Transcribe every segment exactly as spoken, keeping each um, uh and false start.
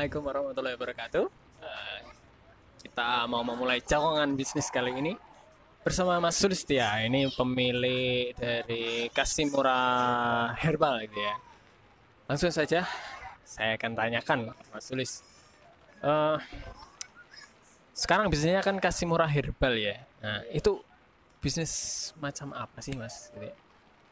Assalamualaikum warahmatullahi wabarakatuh. Eh, kita mau memulai cawangan bisnis kali ini bersama Mas Sulistia. Ini pemilik dari Kasimura Herbal gitu ya. Langsung saja saya akan tanyakan Mas Sulis. Eh, sekarang bisnisnya kan Kasimura Herbal ya. Nah itu bisnis macam apa sih Mas? Gitu ya.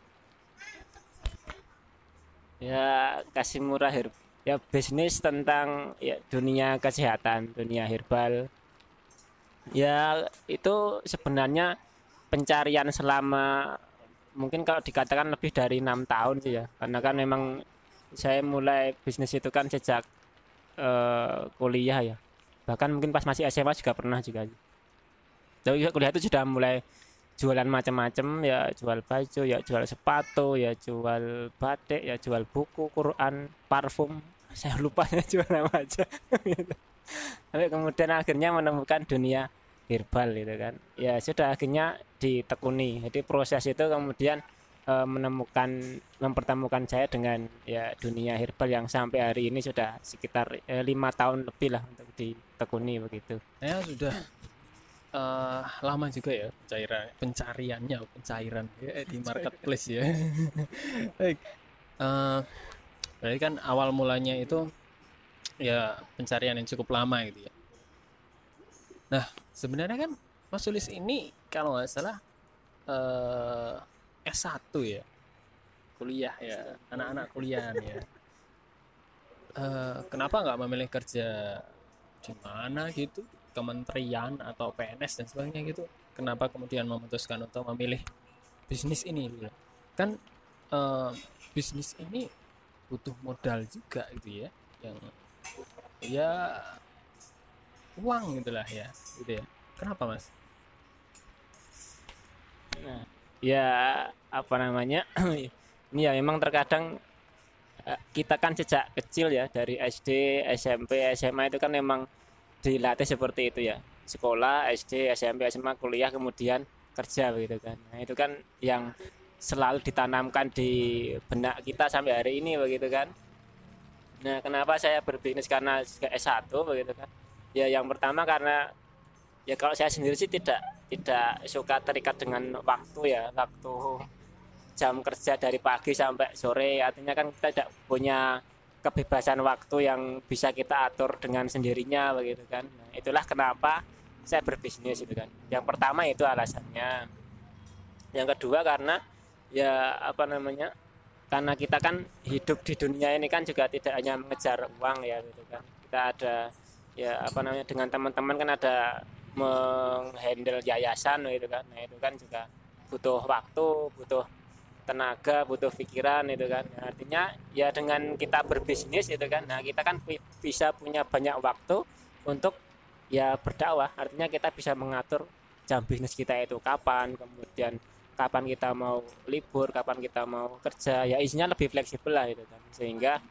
Ya, kasih murah herb. Ya, bisnis tentang ya dunia kesehatan, dunia herbal. Ya, itu sebenarnya pencarian selama mungkin kalau dikatakan lebih dari enam tahun sih ya. Karena kan memang saya mulai bisnis itu kan sejak eh, kuliah ya. Bahkan mungkin pas masih S M A juga pernah juga. Tapi kuliah itu sudah mulai jualan macam-macam, ya jual baju, ya jual sepatu, ya jual batik, ya jual buku, Quran, parfum. Saya lupa ya jual apa aja. Tapi kemudian akhirnya menemukan dunia herbal gitu kan. Ya sudah akhirnya ditekuni. Jadi proses itu kemudian eh, menemukan mempertemukan saya dengan ya dunia herbal yang sampai hari ini sudah sekitar eh, lima tahun lebih lah untuk ditekuni begitu. Saya sudah eh, lama juga ya pencairan pencariannya pencairan ya, di marketplace ya. Baik. Eh, berarti kan awal mulanya itu ya pencarian yang cukup lama gitu ya. Nah sebenarnya kan Mas Sulis ini kalau nggak salah eh, S satu ya, kuliah ya, anak-anak kuliah ya. Eh, kenapa nggak memilih kerja di mana gitu, kementerian atau P N S dan sebagainya gitu? Kenapa kemudian memutuskan untuk memilih bisnis ini gitu? Kan eh, bisnis ini butuh modal juga gitu ya, yang ya uang gitulah ya, gitu ya. Kenapa Mas? Nah, ya apa namanya? Ini ya memang terkadang eh, kita kan sejak kecil ya dari S D, S M P, S M A itu kan memang dilatih seperti itu ya. Sekolah, S D, S M P, S M A, kuliah kemudian kerja begitu kan. Nah, itu kan yang selalu ditanamkan di benak kita sampai hari ini begitu kan. Nah, kenapa saya berbisnis karena S satu begitu kan? Ya yang pertama karena ya kalau saya sendiri sih tidak tidak suka terikat dengan waktu ya, waktu jam kerja dari pagi sampai sore. Artinya kan kita tidak punya kebebasan waktu yang bisa kita atur dengan sendirinya begitu kan. Nah, itulah kenapa saya berbisnis itu kan. Yang pertama itu alasannya. Yang kedua karena ya apa namanya? Karena kita kan hidup di dunia ini kan juga tidak hanya mengejar uang ya gitu kan. Kita ada ya apa namanya dengan teman-teman kan ada menghandle yayasan gitu kan. Nah, itu kan juga butuh waktu, butuh tenaga, butuh pikiran itu kan. Nah, artinya ya dengan kita berbisnis itu kan. Nah, kita kan bisa punya banyak waktu untuk ya berdakwah. Artinya kita bisa mengatur jam bisnis kita itu kapan, kemudian kapan kita mau libur, kapan kita mau kerja. Ya isinya lebih fleksibel lah itu kan. Sehingga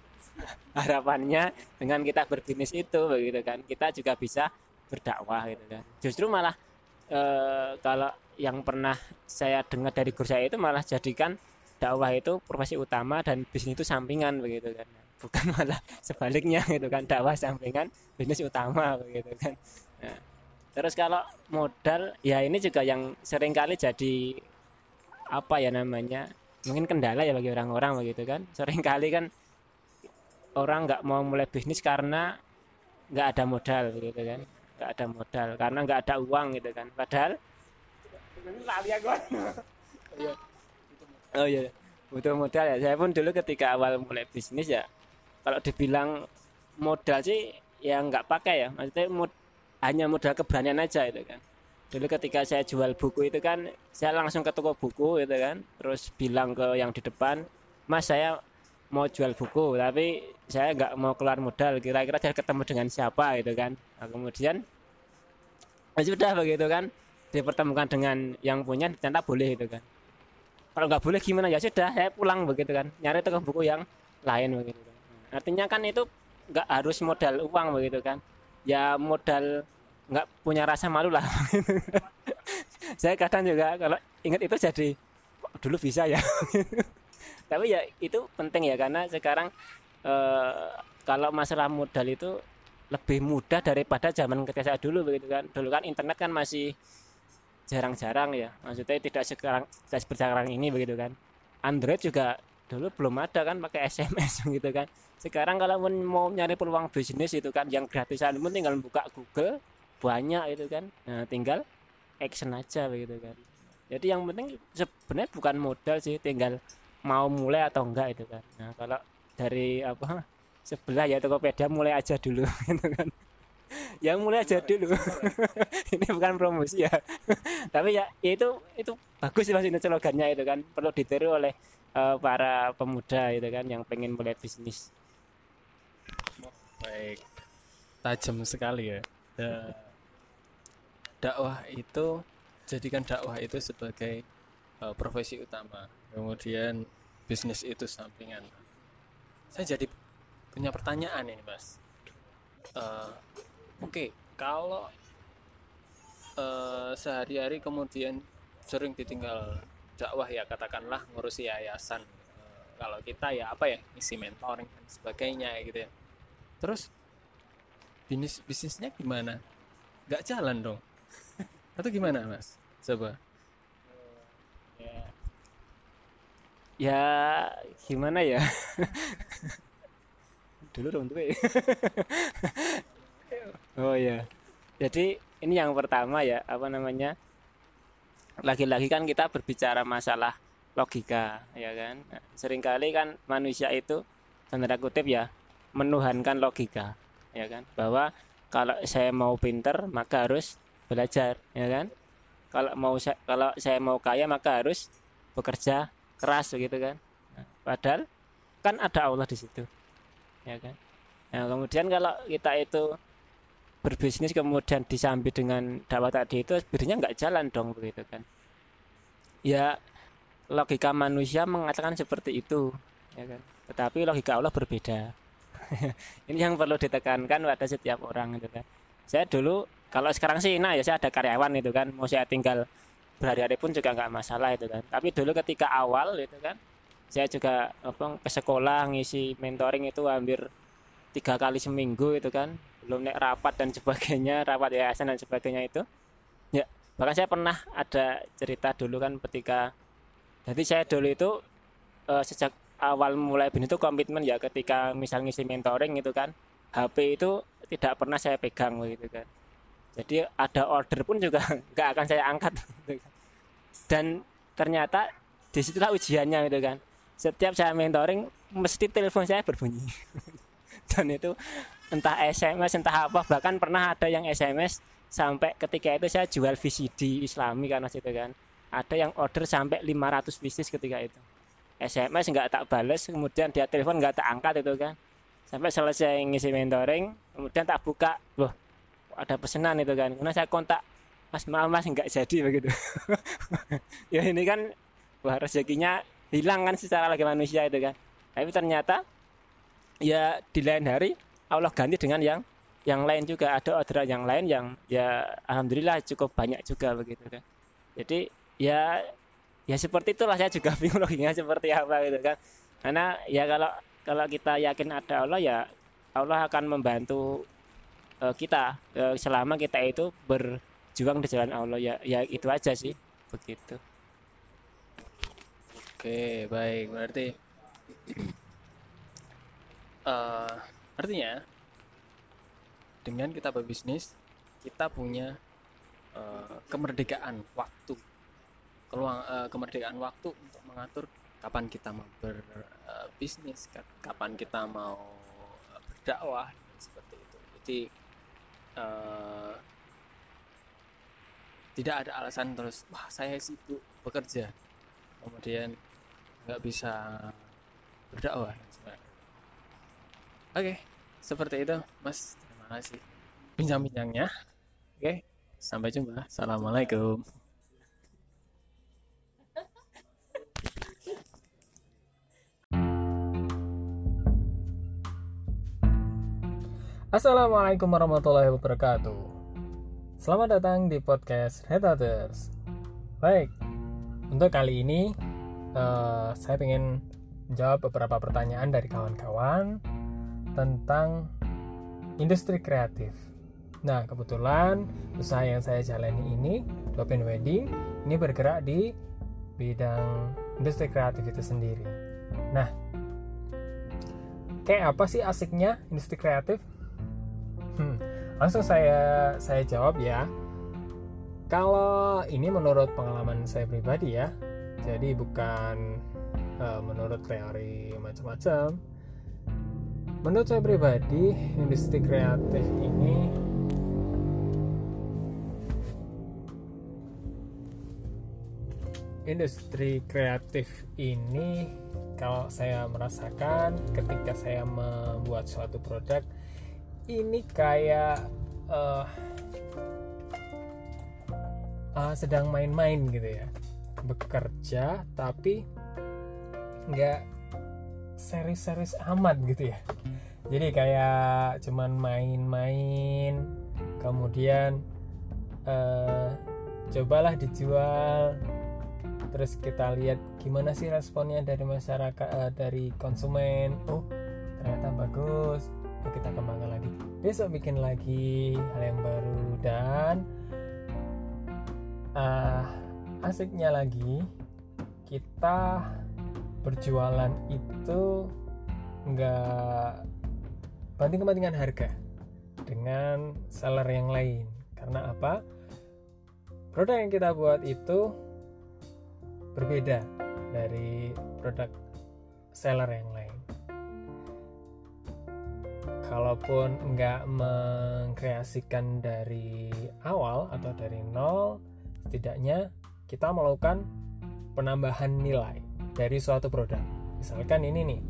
harapannya dengan kita berbisnis itu begitu kan, kita juga bisa berdakwah gitu kan. Justru malah e, kalau yang pernah saya dengar dari guru saya itu malah jadikan dakwah itu profesi utama dan bisnis itu sampingan begitu kan. Bukan malah sebaliknya gitu kan, dakwah sampingan, bisnis utama begitu kan. Nah, terus kalau modal ya ini juga yang seringkali jadi apa ya namanya? Mungkin kendala ya bagi orang-orang begitu kan. Seringkali kan orang nggak mau mulai bisnis karena nggak ada modal gitu kan, nggak ada modal karena nggak ada uang gitu kan. Padahal oh iya butuh modal ya. Saya pun dulu ketika awal mulai bisnis ya kalau dibilang modal sih ya nggak pakai ya, maksudnya mod, hanya modal keberanian aja itu kan. Dulu ketika saya jual buku itu kan saya langsung ke toko buku gitu kan, terus bilang ke yang di depan, Mas saya mau jual buku tapi saya nggak mau keluar modal, kira-kira saya ketemu dengan siapa gitu kan. Nah, kemudian ya sudah begitu kan, dipertemukan dengan yang punya ternyata boleh itu kan. Kalau nggak boleh gimana, ya sudah saya pulang begitu kan, nyari toko buku yang lain begitu kan. Artinya kan itu nggak harus modal uang begitu kan, ya modal nggak punya rasa malu lah. Saya kadang juga kalau ingat itu jadi kok dulu bisa ya. Tapi ya itu penting ya karena sekarang eh, kalau masalah modal itu lebih mudah daripada zaman ketika saya dulu begitu kan. Dulu kan internet kan masih jarang-jarang ya, maksudnya tidak sekarang tidak seperti sekarang ini begitu kan. Android juga dulu belum ada kan, pakai S M S gitu kan. Sekarang kalau mau nyari peluang bisnis itu kan yang gratisan pun tinggal buka Google banyak itu kan, nah tinggal action aja begitu kan. Jadi yang penting sebenarnya bukan modal sih, tinggal mau mulai atau enggak itu kan. Nah kalau dari apa sebelah ya Tokopedia, mulai aja dulu gitu kan. Yang mulai aja dulu. Ini bukan promosi ya. Tapi ya, ya itu itu bagus sih Mas, ini slogannya itu kan, perlu ditiru oleh uh, para pemuda itu kan yang pengen mulai bisnis. Baik, tajam sekali ya. Da- dakwah itu, jadikan dakwah itu sebagai uh, profesi utama, kemudian bisnis itu sampingan. Saya jadi punya pertanyaan ini Mas. Uh, Oke, okay, kalau uh, sehari-hari kemudian sering ditinggal dakwah ya, katakanlah ngurusi yayasan. Uh, kalau kita ya apa ya, isi mentoring dan sebagainya gitu ya. Terus bisnis bisnisnya gimana? Gak jalan dong? Atau gimana Mas? Coba. Ya, ya gimana ya? Dulu dong tuh. Oh ya. Jadi ini yang pertama ya, apa namanya? Lagi-lagi kan kita berbicara masalah logika, ya kan? Nah, seringkali kan manusia itu tanda kutip ya menuhankan logika, ya kan? Bahwa kalau saya mau pinter maka harus belajar, ya kan? Kalau mau saya, kalau saya mau kaya maka harus bekerja keras begitu kan? Nah, padahal kan ada Allah di situ, ya kan? Nah, kemudian kalau kita itu berbisnis kemudian disambi dengan dakwah tadi itu sebenarnya nggak jalan dong begitu kan. Ya logika manusia mengatakan seperti itu, ya kan. Tetapi logika Allah berbeda. Ini yang perlu ditekankan pada setiap orang itu kan. Saya dulu kalau sekarang sih nah ya saya ada karyawan itu kan, mau saya tinggal berhari-hari pun juga nggak masalah itu kan. Tapi dulu ketika awal itu kan, saya juga apa ke sekolah ngisi mentoring itu hampir tiga kali seminggu itu kan, belum naik rapat dan sebagainya, rapat yayasan dan sebagainya itu ya. Bahkan saya pernah ada cerita dulu kan, ketika jadi saya dulu itu eh, sejak awal mulai bisnis itu komitmen ya, ketika misal ngisi mentoring itu kan, H P itu tidak pernah saya pegang gitu kan. Jadi ada order pun juga nggak akan saya angkat gitu kan. Dan ternyata disitulah ujiannya gitu kan, setiap saya mentoring mesti telepon saya berbunyi. Dan itu entah S M S entah apa, bahkan pernah ada yang S M S sampai ketika itu saya jual V C D Islami kan itu kan, ada yang order sampai lima ratus pieces ketika itu. S M S nggak tak bales, kemudian dia telepon nggak tak angkat itu kan, sampai selesai ngisi mentoring kemudian tak buka, loh ada pesanan itu kan, karena saya kontak, mas maaf mas nggak jadi begitu. Ya ini kan wah rezekinya hilang kan secara lagi manusia itu kan. Tapi ternyata ya di lain hari Allah ganti dengan yang yang lain juga, ada orderan yang lain yang ya alhamdulillah cukup banyak juga begitu kan. Jadi ya ya seperti itulah, saya juga bingung loginya seperti apa gitu kan. Karena ya kalau kalau kita yakin ada Allah, ya Allah akan membantu uh, kita uh, selama kita itu berjuang di jalan Allah, ya ya itu aja sih begitu. Oke, baik. Berarti uh, artinya dengan kita berbisnis, kita punya uh, kemerdekaan waktu, keluang, uh, kemerdekaan waktu untuk mengatur kapan kita mau berbisnis, uh, kapan kita mau uh, berdakwah, seperti itu. Jadi uh, tidak ada alasan terus, wah saya sibuk bekerja, kemudian nggak bisa berdakwah. Oke, seperti itu Mas. Terima kasih bincang-bincangnya. Oke, sampai jumpa. Assalamualaikum. Assalamualaikum warahmatullahi wabarakatuh. Selamat datang di podcast Headhunters. Baik, untuk kali ini uh, saya ingin jawab beberapa pertanyaan dari kawan-kawan tentang industri kreatif. Nah, kebetulan usaha yang saya jalani ini, Dolphin Wedding, ini bergerak di bidang industri kreatif itu sendiri. Nah, kayak apa sih asiknya industri kreatif? Hmm, langsung saya saya jawab ya. Kalau ini menurut pengalaman saya pribadi ya, jadi bukan uh, menurut teori macam-macam. Menurut saya pribadi, industri kreatif ini industri kreatif ini kalau saya merasakan ketika saya membuat suatu produk ini kayak uh, uh, sedang main-main gitu ya, bekerja tapi nggak serius-serius amat gitu ya. Jadi kayak cuman main-main, kemudian uh, cobalah dijual, terus kita lihat gimana sih responnya dari masyarakat, uh, dari konsumen. Oh ternyata bagus, oh, kita kembangkan lagi, besok bikin lagi hal yang baru. Dan uh, asiknya lagi, kita berjualan itu nggak banting-bantingan harga dengan seller yang lain. Karena apa? Produk yang kita buat itu berbeda dari produk seller yang lain. Kalaupun nggak mengkreasikan dari awal atau dari nol, setidaknya kita melakukan penambahan nilai dari suatu produk. Misalkan ini nih,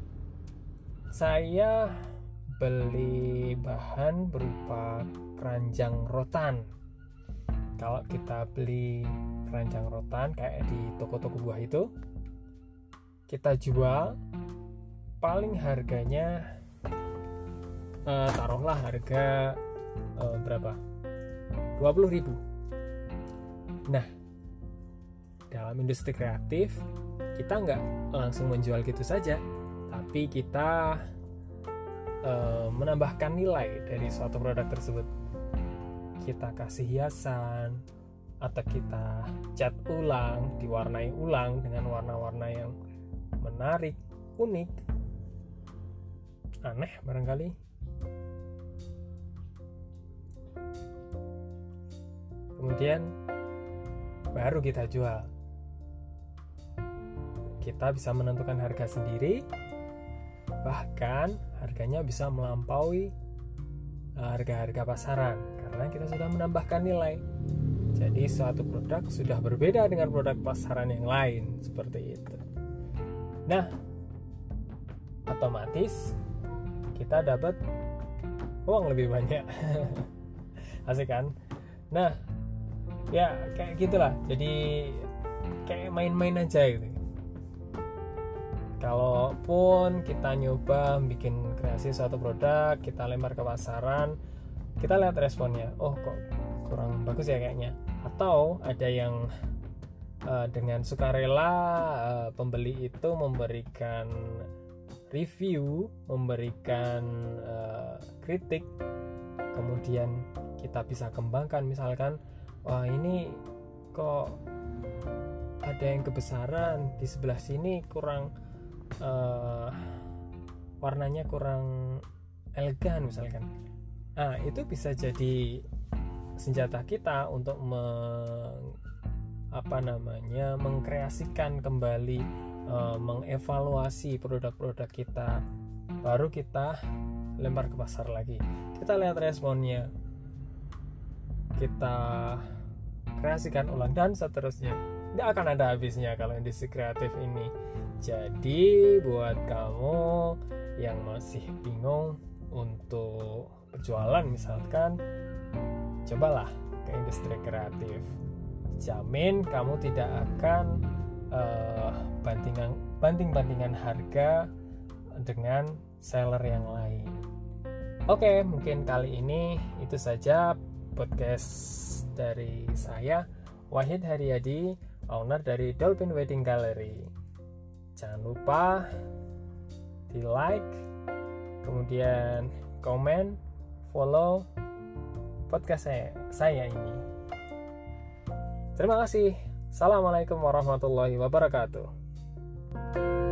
saya beli bahan berupa keranjang rotan. Kalau kita beli keranjang rotan kayak di toko-toko buah itu, kita jual paling harganya uh, taruhlah harga uh, berapa? dua puluh ribu. Nah, dalam industri kreatif kita nggak langsung menjual gitu saja, tapi kita uh, menambahkan nilai dari suatu produk tersebut. Kita kasih hiasan atau kita cat ulang, diwarnai ulang dengan warna-warna yang menarik, unik, aneh barangkali. Kemudian baru kita jual. Kita bisa menentukan harga sendiri, bahkan harganya bisa melampaui harga-harga pasaran karena kita sudah menambahkan nilai. Jadi suatu produk sudah berbeda dengan produk pasaran yang lain, seperti itu. Nah, otomatis kita dapat uang lebih banyak. Asik kan? Nah, ya kayak gitulah. Jadi kayak main-main aja gitu. Kalaupun kita nyoba bikin kreasi suatu produk, kita lempar ke pasaran, kita lihat responnya, oh kok kurang bagus ya kayaknya. Atau ada yang uh, dengan sukarela uh, pembeli itu memberikan review, memberikan uh, kritik, kemudian kita bisa kembangkan. Misalkan, wah ini kok ada yang kebesaran, di sebelah sini kurang Uh, warnanya kurang elegan misalkan. Nah, itu bisa jadi senjata kita untuk meng, apa namanya mengkreasikan kembali, uh, mengevaluasi produk-produk kita. Baru kita lempar ke pasar lagi. Kita lihat responnya. Kita kreasikan ulang dan seterusnya. Tidak akan ada habisnya kalau industri kreatif ini. Jadi buat kamu yang masih bingung untuk berjualan misalkan, cobalah ke industri kreatif. Jamin kamu tidak akan uh, bantingan banting-bantingan harga dengan seller yang lain. Oke, mungkin kali ini itu saja podcast dari saya, Wahid Haryadi, owner dari Dolphin Wedding Gallery. Jangan lupa di like, kemudian komen, follow podcast saya, saya ini. Terima kasih. Assalamualaikum warahmatullahi wabarakatuh.